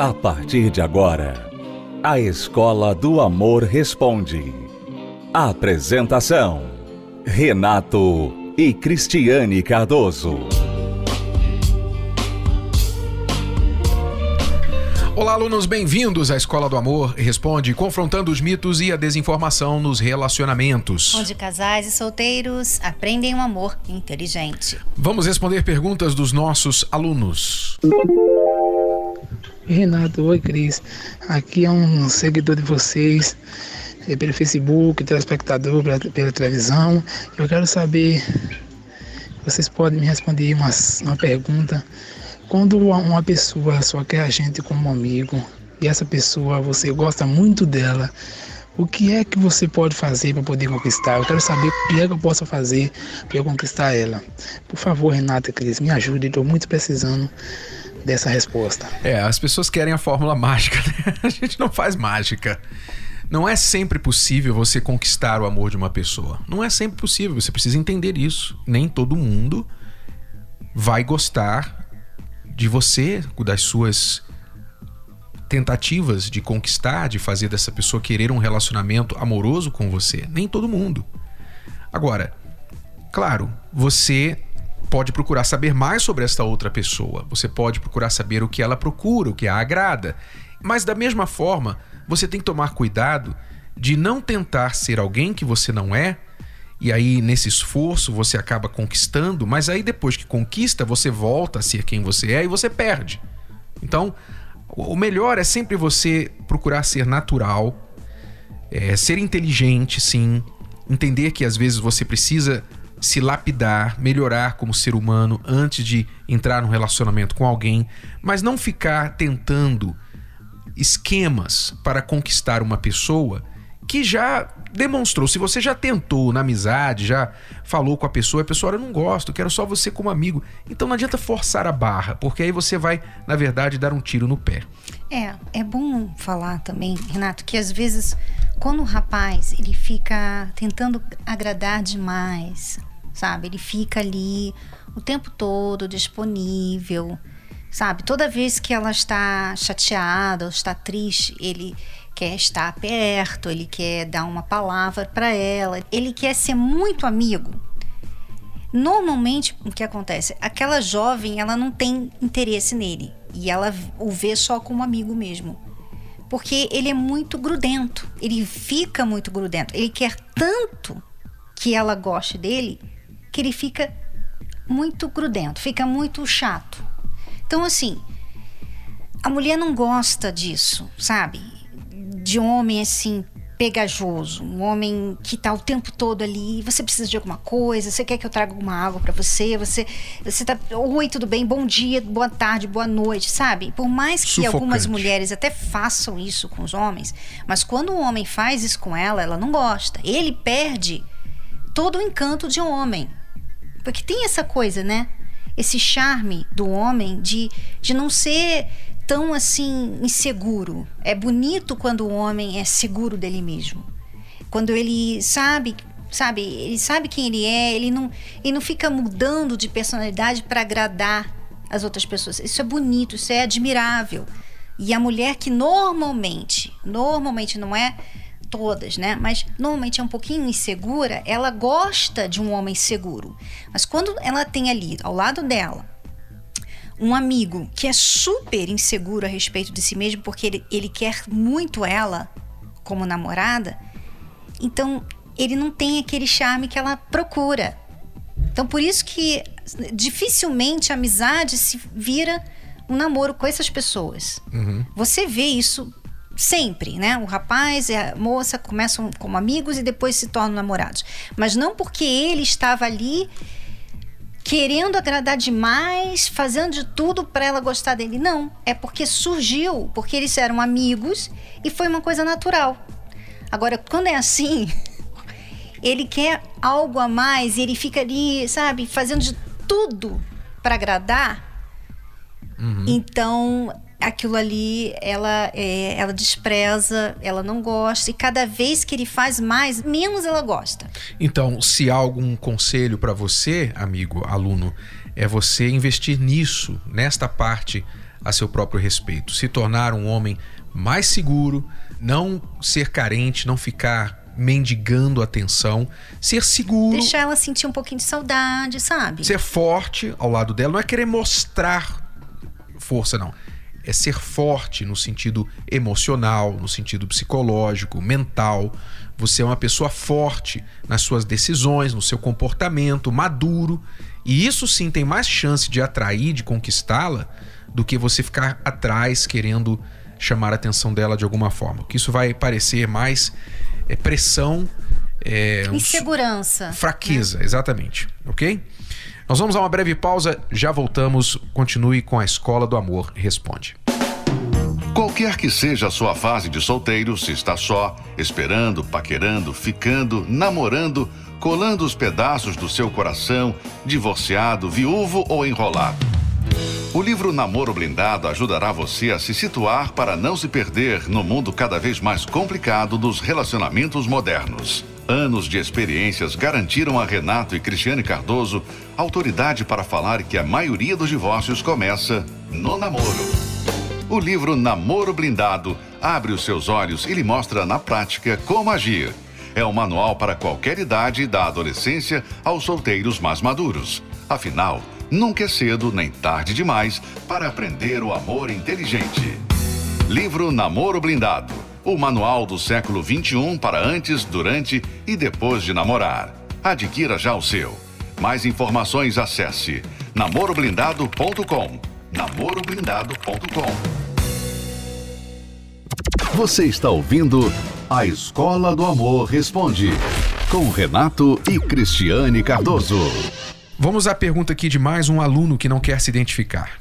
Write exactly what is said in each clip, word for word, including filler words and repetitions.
A partir de agora, a Escola do Amor Responde. Apresentação: Renato e Cristiane Cardoso. Olá, alunos, bem-vindos à Escola do Amor Responde, confrontando os mitos e a desinformação nos relacionamentos. Onde casais e solteiros aprendem um amor inteligente. Vamos responder perguntas dos nossos alunos. Renato, oi Cris, aqui é um seguidor de vocês, é, pelo Facebook, telespectador, pela, pela televisão. Eu quero saber, vocês podem me responder uma, uma pergunta. Quando uma pessoa só quer a gente como amigo e essa pessoa, você gosta muito dela, o que é que você pode fazer para poder conquistar? Eu quero saber o que é que eu posso fazer para eu conquistar ela. Por favor, Renato e Cris, me ajudem, estou muito precisando dessa resposta. É, as pessoas querem a fórmula mágica, né? A gente não faz mágica. Não é sempre possível você conquistar o amor de uma pessoa. Não é sempre possível, você precisa entender isso. Nem todo mundo vai gostar de você, das suas tentativas de conquistar, de fazer dessa pessoa querer um relacionamento amoroso com você. Nem todo mundo. Agora, claro, você pode procurar saber mais sobre esta outra pessoa. Você pode procurar saber o que ela procura, o que a agrada. Mas da mesma forma, você tem que tomar cuidado de não tentar ser alguém que você não é. E aí, nesse esforço, você acaba conquistando, mas aí depois que conquista, você volta a ser quem você é e você perde. Então, o melhor é sempre você procurar ser natural, é, ser inteligente, sim, entender que às vezes você precisa se lapidar, melhorar como ser humano antes de entrar num relacionamento com alguém, mas não ficar tentando esquemas para conquistar uma pessoa que já demonstrou. Se você já tentou na amizade, já falou com a pessoa, a pessoa, eu não gosto, eu quero só você como amigo. Então não adianta forçar a barra, porque aí você vai, na verdade, dar um tiro no pé. É, é bom falar também, Renato, que às vezes quando o rapaz ele fica tentando agradar demais, sabe? Ele fica ali o tempo todo disponível, sabe? Toda vez que ela está chateada ou está triste, ele quer estar perto, ele quer dar uma palavra para ela, ele quer ser muito amigo. Normalmente, o que acontece? Aquela jovem, ela não tem interesse nele e ela o vê só como amigo mesmo, porque ele é muito grudento, ele fica muito grudento, ele quer tanto que ela goste dele que ele fica muito grudento, fica muito chato. Então, assim, a mulher não gosta disso, sabe? De um homem assim, pegajoso, um homem que tá o tempo todo ali, você precisa de alguma coisa, você quer que eu traga alguma água pra você, você, você tá, oi, tudo bem, bom dia, boa tarde, boa noite, sabe? Por mais que Sufocante. Algumas mulheres até façam isso com os homens, mas quando o homem faz isso com ela, ela não gosta, ele perde todo o encanto de um homem, porque tem essa coisa, né? Esse charme do homem de, de não ser tão assim inseguro. É bonito quando o homem é seguro dele mesmo. Quando ele sabe, sabe, ele sabe quem ele é, ele não, ele não fica mudando de personalidade para agradar as outras pessoas. Isso é bonito, isso é admirável. E a mulher que normalmente, normalmente não é todas, né? Mas normalmente é um pouquinho insegura, ela gosta de um homem seguro. Mas quando ela tem ali, ao lado dela, um amigo que é super inseguro a respeito de si mesmo, porque ele, ele quer muito ela como namorada, então ele não tem aquele charme que ela procura. Então por isso que dificilmente a amizade se vira um namoro com essas pessoas. Uhum. Você vê isso sempre, né? O rapaz e a moça começam como amigos e depois se tornam namorados. Mas não porque ele estava ali querendo agradar demais, fazendo de tudo para ela gostar dele. Não, é porque surgiu, porque eles eram amigos e foi uma coisa natural. Agora, quando é assim, ele quer algo a mais e ele fica ali, sabe, fazendo de tudo para agradar. Uhum. Então, aquilo ali, ela, é, ela despreza, ela não gosta, e cada vez que ele faz mais, menos ela gosta. Então, se há algum conselho para você, amigo, aluno, é você investir nisso, nesta parte a seu próprio respeito. Se tornar um homem mais seguro, não ser carente, não ficar mendigando atenção, ser seguro. Deixar ela sentir um pouquinho de saudade, sabe? Ser forte ao lado dela. Não é querer mostrar força, não. É ser forte no sentido emocional, no sentido psicológico, mental. Você é uma pessoa forte nas suas decisões, no seu comportamento, maduro. E isso sim tem mais chance de atrair, de conquistá-la, do que você ficar atrás querendo chamar a atenção dela de alguma forma. Que isso vai parecer mais é, pressão, é, insegurança, um, fraqueza, né? Exatamente. Ok? Nós vamos a uma breve pausa, já voltamos. Continue com a Escola do Amor Responde. Qualquer que seja a sua fase de solteiro, se está só, esperando, paquerando, ficando, namorando, colando os pedaços do seu coração, divorciado, viúvo ou enrolado. O livro Namoro Blindado ajudará você a se situar para não se perder no mundo cada vez mais complicado dos relacionamentos modernos. Anos de experiências garantiram a Renato e Cristiane Cardoso autoridade para falar que a maioria dos divórcios começa no namoro. O livro Namoro Blindado abre os seus olhos e lhe mostra na prática como agir. É um manual para qualquer idade, da adolescência aos solteiros mais maduros. Afinal, nunca é cedo nem tarde demais para aprender o amor inteligente. Livro Namoro Blindado. O manual do século vinte e um para antes, durante e depois de namorar. Adquira já o seu. Mais informações, acesse namoro blindado ponto com. namoro blindado ponto com. Você está ouvindo A Escola do Amor Responde, com Renato e Cristiane Cardoso. Vamos à pergunta aqui de mais um aluno que não quer se identificar.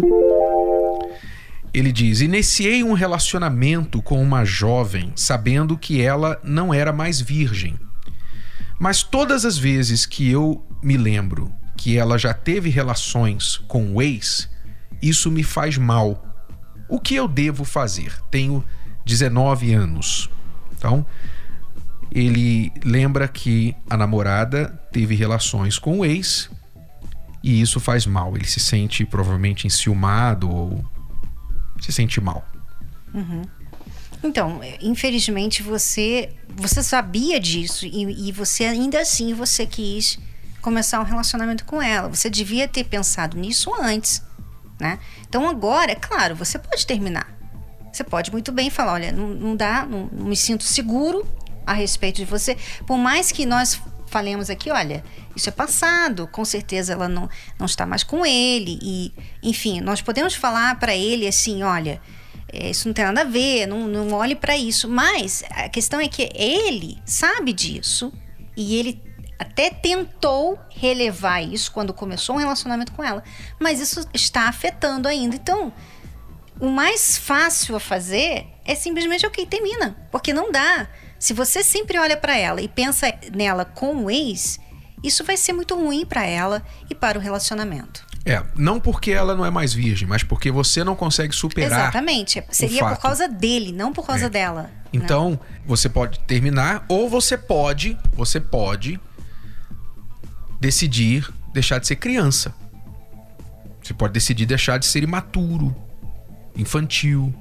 Ele diz: iniciei um relacionamento com uma jovem sabendo que ela não era mais virgem. Mas todas as vezes que eu me lembro que ela já teve relações com o ex, isso me faz mal. O que eu devo fazer? Tenho dezenove anos. Então, ele lembra que a namorada teve relações com o ex e isso faz mal. Ele se sente provavelmente enciumado ou se sente mal. Uhum. Então, infelizmente você você sabia disso e, e você ainda assim você quis começar um relacionamento com ela. Você devia ter pensado nisso antes, né? Então agora, é claro, você pode terminar. Você pode muito bem falar, olha, não, não dá, não, não me sinto seguro a respeito de você. Por mais que nós falemos aqui, olha, isso é passado, com certeza ela não, não está mais com ele. E, enfim, nós podemos falar para ele assim, olha, é, isso não tem nada a ver, não, não olhe para isso. Mas a questão é que ele sabe disso e ele até tentou relevar isso quando começou um relacionamento com ela, mas isso está afetando ainda. Então, o mais fácil a fazer é simplesmente, ok, termina, porque não dá. Se você sempre olha para ela e pensa nela com o ex, isso vai ser muito ruim para ela e para o relacionamento. É, não porque ela não é mais virgem, mas porque você não consegue superar. Exatamente, seria por causa dele, não por causa é. dela. Então, né? Você pode terminar ou você pode, você pode decidir deixar de ser criança. Você pode decidir deixar de ser imaturo, infantil.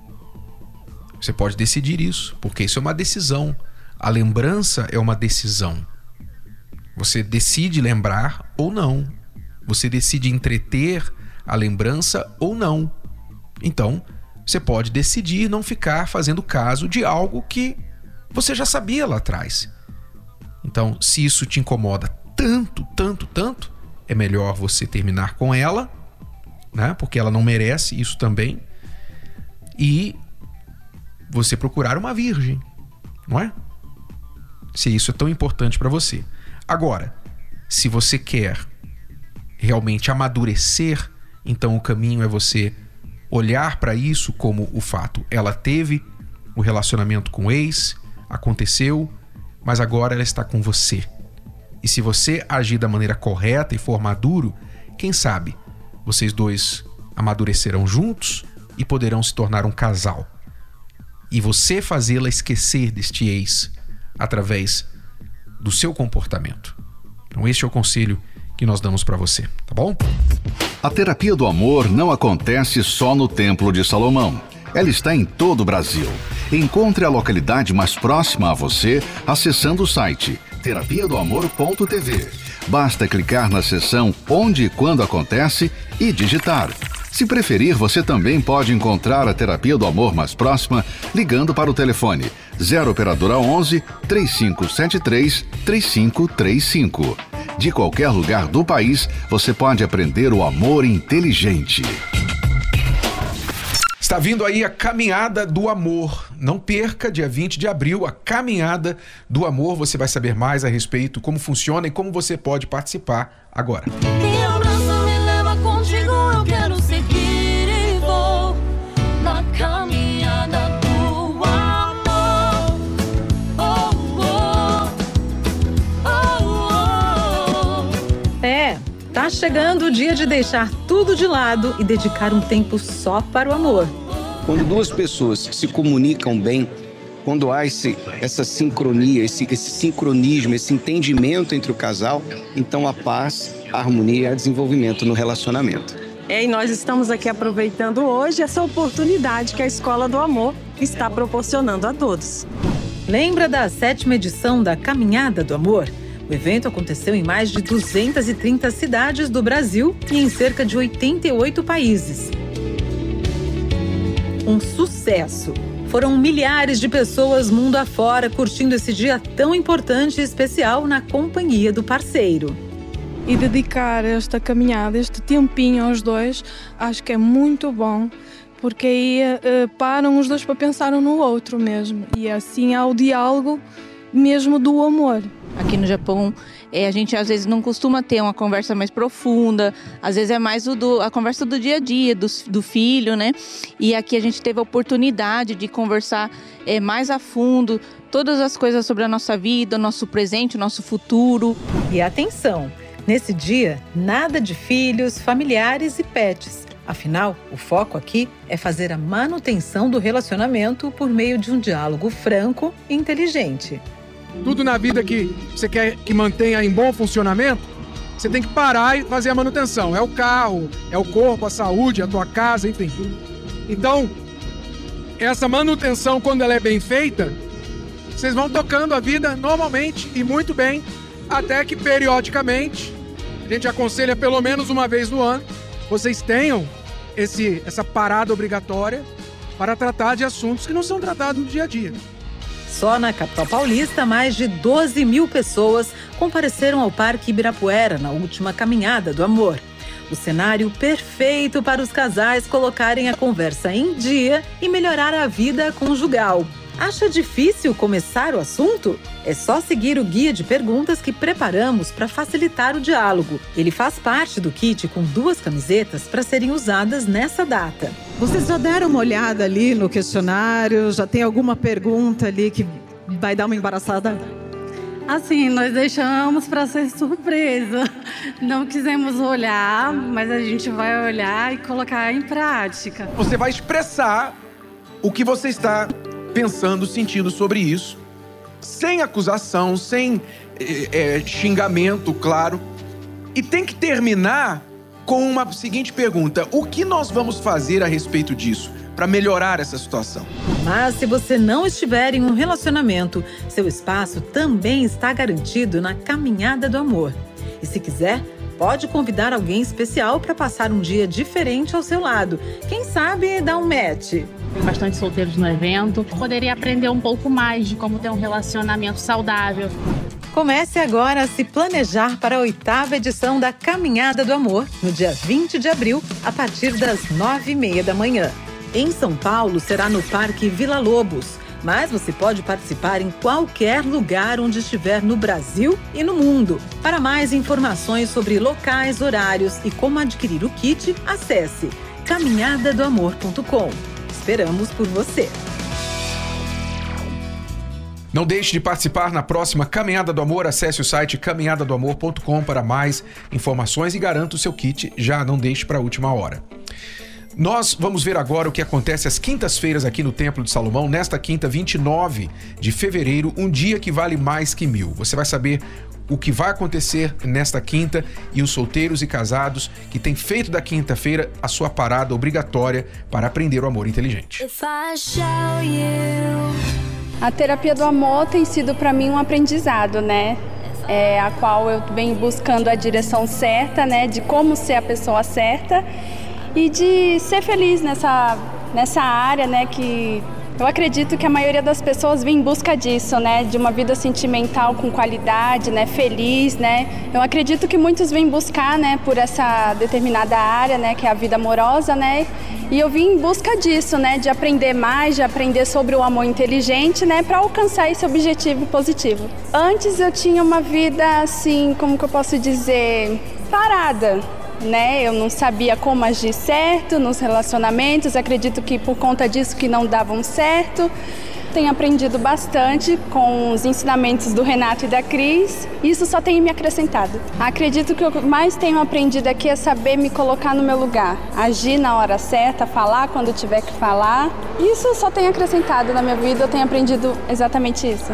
Você pode decidir isso, porque isso é uma decisão. A lembrança é uma decisão. Você decide lembrar ou não. Você decide entreter a lembrança ou não. Então, você pode decidir não ficar fazendo caso de algo que você já sabia lá atrás. Então, se isso te incomoda tanto, tanto, tanto, é melhor você terminar com ela, né? Porque ela não merece isso também. E você procurar uma virgem, não é? Se isso é tão importante para você. Agora, se você quer realmente amadurecer, então o caminho é você olhar para isso como o fato. Ela teve o relacionamento com o ex, aconteceu, mas agora ela está com você. E se você agir da maneira correta e for maduro, quem sabe vocês dois amadurecerão juntos e poderão se tornar um casal. E você fazê-la esquecer deste ex através do seu comportamento. Então este é o conselho que nós damos para você, tá bom? A terapia do amor não acontece só no Templo de Salomão. Ela está em todo o Brasil. Encontre a localidade mais próxima a você acessando o site terapia do amor ponto t v. Basta clicar na seção Onde e Quando Acontece e digitar. Se preferir, você também pode encontrar a terapia do amor mais próxima ligando para o telefone zero operadora onze, três cinco sete três, três cinco três cinco. De qualquer lugar do país, você pode aprender o amor inteligente. Está vindo aí a Caminhada do Amor. Não perca, dia vinte de abril, a Caminhada do Amor. Você vai saber mais a respeito, como funciona e como você pode participar agora. Me abraça, me leva contigo, eu quero seguir e vou na caminhada do amor. Oh, oh, oh, oh. É, tá chegando o dia de deixar tudo de lado e dedicar um tempo só para o amor. Quando duas pessoas se comunicam bem, quando há esse, essa sincronia, esse, esse sincronismo, esse entendimento entre o casal, então a paz, a harmonia e o desenvolvimento no relacionamento. É, e nós estamos aqui aproveitando hoje essa oportunidade que a Escola do Amor está proporcionando a todos. Lembra da sétima edição da Caminhada do Amor? O evento aconteceu em mais de duzentas e trinta cidades do Brasil e em cerca de oitenta e oito países. Um sucesso! Foram milhares de pessoas mundo afora curtindo esse dia tão importante e especial na companhia do parceiro. E dedicar esta caminhada, este tempinho aos dois, acho que é muito bom, porque aí uh, param os dois para pensar um no outro mesmo. E assim há o diálogo mesmo do amor. Aqui no Japão, é, a gente às vezes não costuma ter uma conversa mais profunda, às vezes é mais o do, a conversa do dia a dia, do, do filho, né? E aqui a gente teve a oportunidade de conversar é, mais a fundo, todas as coisas sobre a nossa vida, o nosso presente, o nosso futuro. E atenção, nesse dia, nada de filhos, familiares e pets. Afinal, o foco aqui é fazer a manutenção do relacionamento por meio de um diálogo franco e inteligente. Tudo na vida que você quer que mantenha em bom funcionamento, você tem que parar e fazer a manutenção. É o carro, é o corpo, a saúde, a tua casa, enfim. Então, essa manutenção, quando ela é bem feita, vocês vão tocando a vida normalmente e muito bem, até que periodicamente, a gente aconselha pelo menos uma vez no ano, vocês tenham esse, essa parada obrigatória para tratar de assuntos que não são tratados no dia a dia. Só na capital paulista, mais de doze mil pessoas compareceram ao Parque Ibirapuera na última Caminhada do Amor. O cenário perfeito para os casais colocarem a conversa em dia e melhorar a vida conjugal. Acha difícil começar o assunto? É só seguir o guia de perguntas que preparamos para facilitar o diálogo. Ele faz parte do kit com duas camisetas para serem usadas nessa data. Vocês já deram uma olhada ali no questionário? Já tem alguma pergunta ali que vai dar uma embaraçada? Assim, nós deixamos para ser surpresa. Não quisemos olhar, mas a gente vai olhar e colocar em prática. Você vai expressar o que você está pensando, sentindo sobre isso, sem acusação, sem é, é, xingamento, claro. E tem que terminar com uma seguinte pergunta: o que nós vamos fazer a respeito disso para melhorar essa situação? Mas se você não estiver em um relacionamento, seu espaço também está garantido na Caminhada do Amor. E se quiser, pode convidar alguém especial para passar um dia diferente ao seu lado. Quem sabe dar um match. Tem bastante solteiros no evento. Poderia aprender um pouco mais de como ter um relacionamento saudável. Comece agora a se planejar para a oitava edição da Caminhada do Amor, no dia vinte de abril, a partir das nove e meia da manhã. Em São Paulo, será no Parque Vila Lobos, mas você pode participar em qualquer lugar onde estiver no Brasil e no mundo. Para mais informações sobre locais, horários e como adquirir o kit, acesse caminhada do amor ponto com. Esperamos por você! Não deixe de participar na próxima Caminhada do Amor. Acesse o site caminhada do amor ponto com para mais informações e garanta o seu kit. Já não deixe para a última hora. Nós vamos ver agora o que acontece às quintas-feiras aqui no Templo de Salomão, nesta quinta, vinte e nove de fevereiro, um dia que vale mais que mil. Você vai saber o que vai acontecer nesta quinta e os solteiros e casados que têm feito da quinta-feira a sua parada obrigatória para aprender o amor inteligente. A terapia do amor tem sido para mim um aprendizado, né? É, a qual eu venho buscando a direção certa, né? De como ser a pessoa certa e de ser feliz nessa, nessa área, né? Que eu acredito que a maioria das pessoas vem em busca disso, né? De uma vida sentimental com qualidade, né? Feliz, né? Eu acredito que muitos vêm buscar, né? Por essa determinada área, né? Que é a vida amorosa, né? E eu vim em busca disso, né? De aprender mais, de aprender sobre o amor inteligente, né? Para alcançar esse objetivo positivo. Antes eu tinha uma vida assim, como que eu posso dizer, parada. Né? Eu não sabia como agir certo nos relacionamentos, acredito que por conta disso que não davam certo. Tenho aprendido bastante com os ensinamentos do Renato e da Cris, e isso só tem me acrescentado. Acredito que o que eu mais tenho aprendido aqui é saber me colocar no meu lugar, agir na hora certa, falar quando tiver que falar. Isso só tem acrescentado na minha vida, eu tenho aprendido exatamente isso.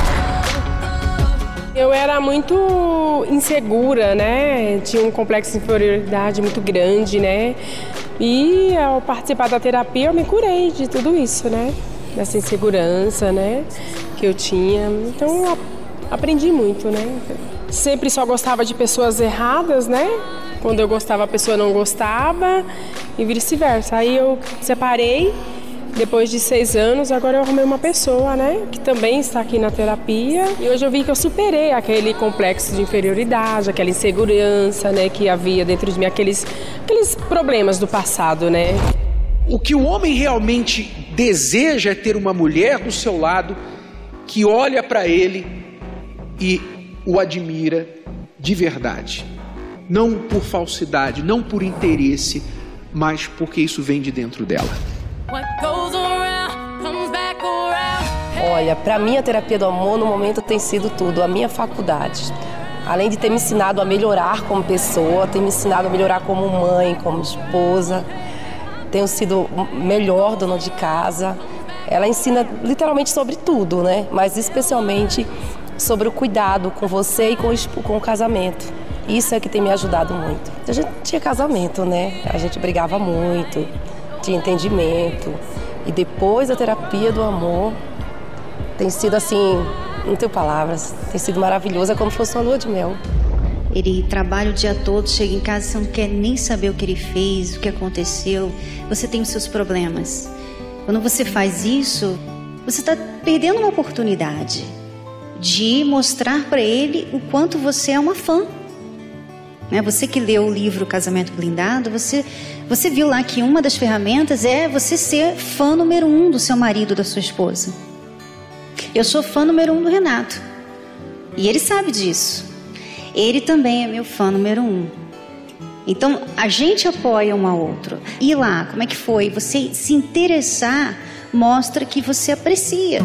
Eu era muito insegura, né? Tinha um complexo de inferioridade muito grande, né? E ao participar da terapia eu me curei de tudo isso, né? Dessa insegurança, né? Que eu tinha. Então eu aprendi muito, né? Sempre só gostava de pessoas erradas, né? Quando eu gostava a pessoa não gostava e vice-versa. Aí eu separei. Depois de seis anos, agora eu arrumei uma pessoa, né, que também está aqui na terapia. E hoje eu vi que eu superei aquele complexo de inferioridade, aquela insegurança, né, que havia dentro de mim, aqueles, aqueles problemas do passado, né. O que o homem realmente deseja é ter uma mulher do seu lado que olha para ele e o admira de verdade. Não por falsidade, não por interesse, mas porque isso vem de dentro dela. Olha, para mim a terapia do amor no momento tem sido tudo, a minha faculdade. Além de ter me ensinado a melhorar como pessoa, tem me ensinado a melhorar como mãe, como esposa. Tenho sido melhor dona de casa. Ela ensina literalmente sobre tudo, né? Mas especialmente sobre o cuidado com você e com o, com o casamento. Isso é que tem me ajudado muito. A gente tinha casamento, né? A gente brigava muito. Tinha entendimento. E depois da terapia do amor, tem sido assim, não tenho palavras, tem sido maravilhoso, é como se fosse uma lua de mel. Ele trabalha o dia todo, chega em casa, você não quer nem saber o que ele fez, o que aconteceu, você tem os seus problemas. Quando você faz isso, você está perdendo uma oportunidade de mostrar para ele o quanto você é uma fã. Você que leu o livro Casamento Blindado, você, você viu lá que uma das ferramentas é você ser fã número um do seu marido, da sua esposa. Eu sou fã número um do Renato. E ele sabe disso. Ele também é meu fã número um. Então, a gente apoia um ao outro. E lá, como é que foi? Você se interessar mostra que você aprecia.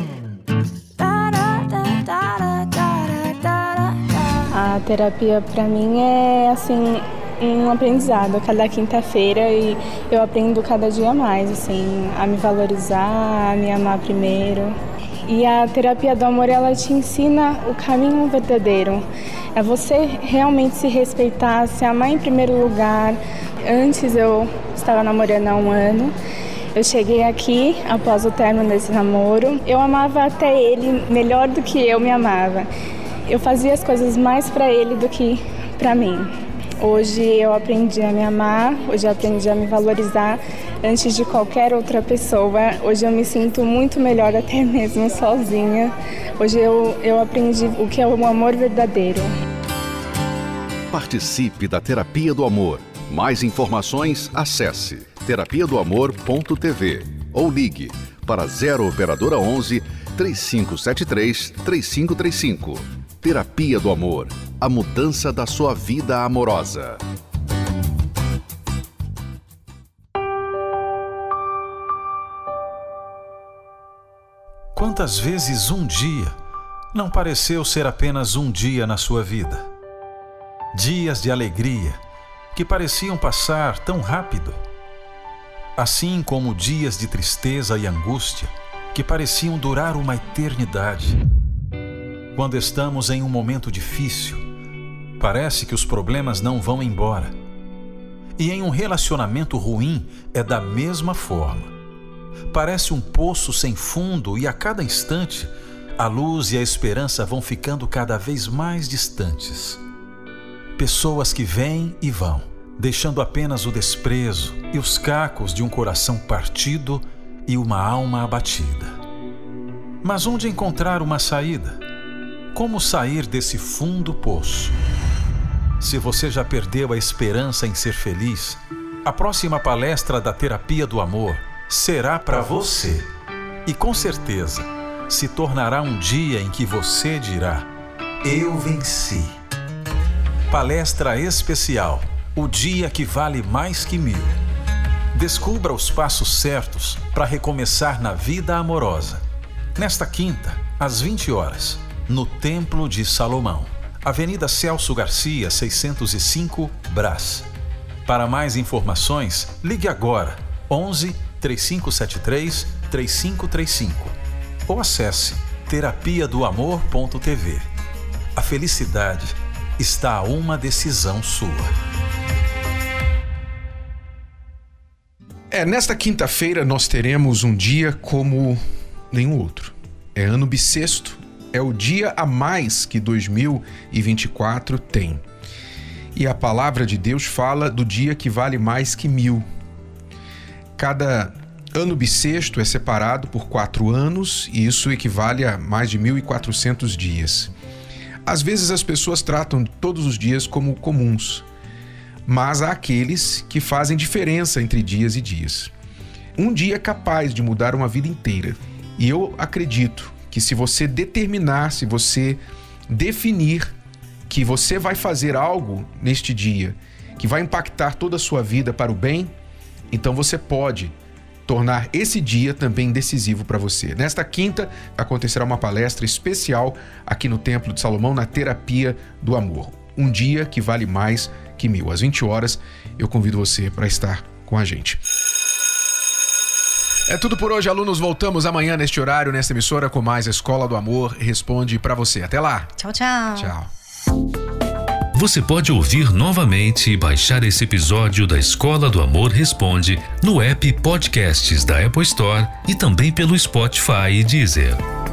A terapia para mim é assim um aprendizado a cada quinta-feira e eu aprendo cada dia mais, assim, a me valorizar, a me amar primeiro. E a terapia do amor, ela te ensina o caminho verdadeiro. É você realmente se respeitar, se amar em primeiro lugar. Antes eu estava namorando há um ano. Eu cheguei aqui após o término desse namoro. Eu amava até ele melhor do que eu me amava. Eu fazia as coisas mais para ele do que para mim. Hoje eu aprendi a me amar, hoje eu aprendi a me valorizar antes de qualquer outra pessoa. Hoje eu me sinto muito melhor até mesmo sozinha. Hoje eu, eu aprendi o que é o amor verdadeiro. Participe da Terapia do Amor. Mais informações, acesse terapia do amor ponto t v ou ligue para zero operadora onze, três cinco sete três, três cinco três cinco. Terapia do Amor, a mudança da sua vida amorosa. Quantas vezes um dia não pareceu ser apenas um dia na sua vida? Dias de alegria que pareciam passar tão rápido. assim como dias de tristeza e angústia que pareciam durar uma eternidade. Quando estamos em um momento difícil, parece que os problemas não vão embora. E em um relacionamento ruim é da mesma forma. Parece um poço sem fundo e a cada instante a luz e a esperança vão ficando cada vez mais distantes. Pessoas que vêm e vão, deixando apenas o desprezo e os cacos de um coração partido e uma alma abatida. Mas onde encontrar uma saída? Como sair desse fundo poço? Se você já perdeu a esperança em ser feliz, a próxima palestra da Terapia do Amor será para você. E com certeza se tornará um dia em que você dirá: eu venci. Palestra especial, o dia que vale mais que mil. Descubra os passos certos para recomeçar na vida amorosa. Nesta quinta, às vinte horas, no Templo de Salomão, Avenida Celso Garcia, seiscentos e cinco, Brás. Para mais informações, ligue agora onze, três cinco sete três, três cinco três cinco ou acesse terapia do amor ponto t v. A felicidade está a uma decisão sua. É, nesta quinta-feira nós teremos um dia como nenhum outro. É ano bissexto, é o dia a mais que dois mil e vinte e quatro tem. E a palavra de Deus fala do dia que vale mais que mil. Cada ano bissexto é separado por quatro anos e isso equivale a mais de mil e quatrocentos dias. Às vezes as pessoas tratam todos os dias como comuns, mas há aqueles que fazem diferença entre dias e dias. Um dia é capaz de mudar uma vida inteira. E eu acredito que se você determinar, se você definir que você vai fazer algo neste dia que vai impactar toda a sua vida para o bem, então você pode tornar esse dia também decisivo para você. Nesta quinta, acontecerá uma palestra especial aqui no Templo de Salomão, na Terapia do Amor. Um dia que vale mais que mil. Às vinte horas, eu convido você para estar com a gente. É tudo por hoje, alunos. Voltamos amanhã neste horário, nesta emissora, com mais Escola do Amor Responde para você. Até lá. Tchau, tchau. Tchau. Você pode ouvir novamente e baixar esse episódio da Escola do Amor Responde no app Podcasts da Apple Store e também pelo Spotify e Deezer.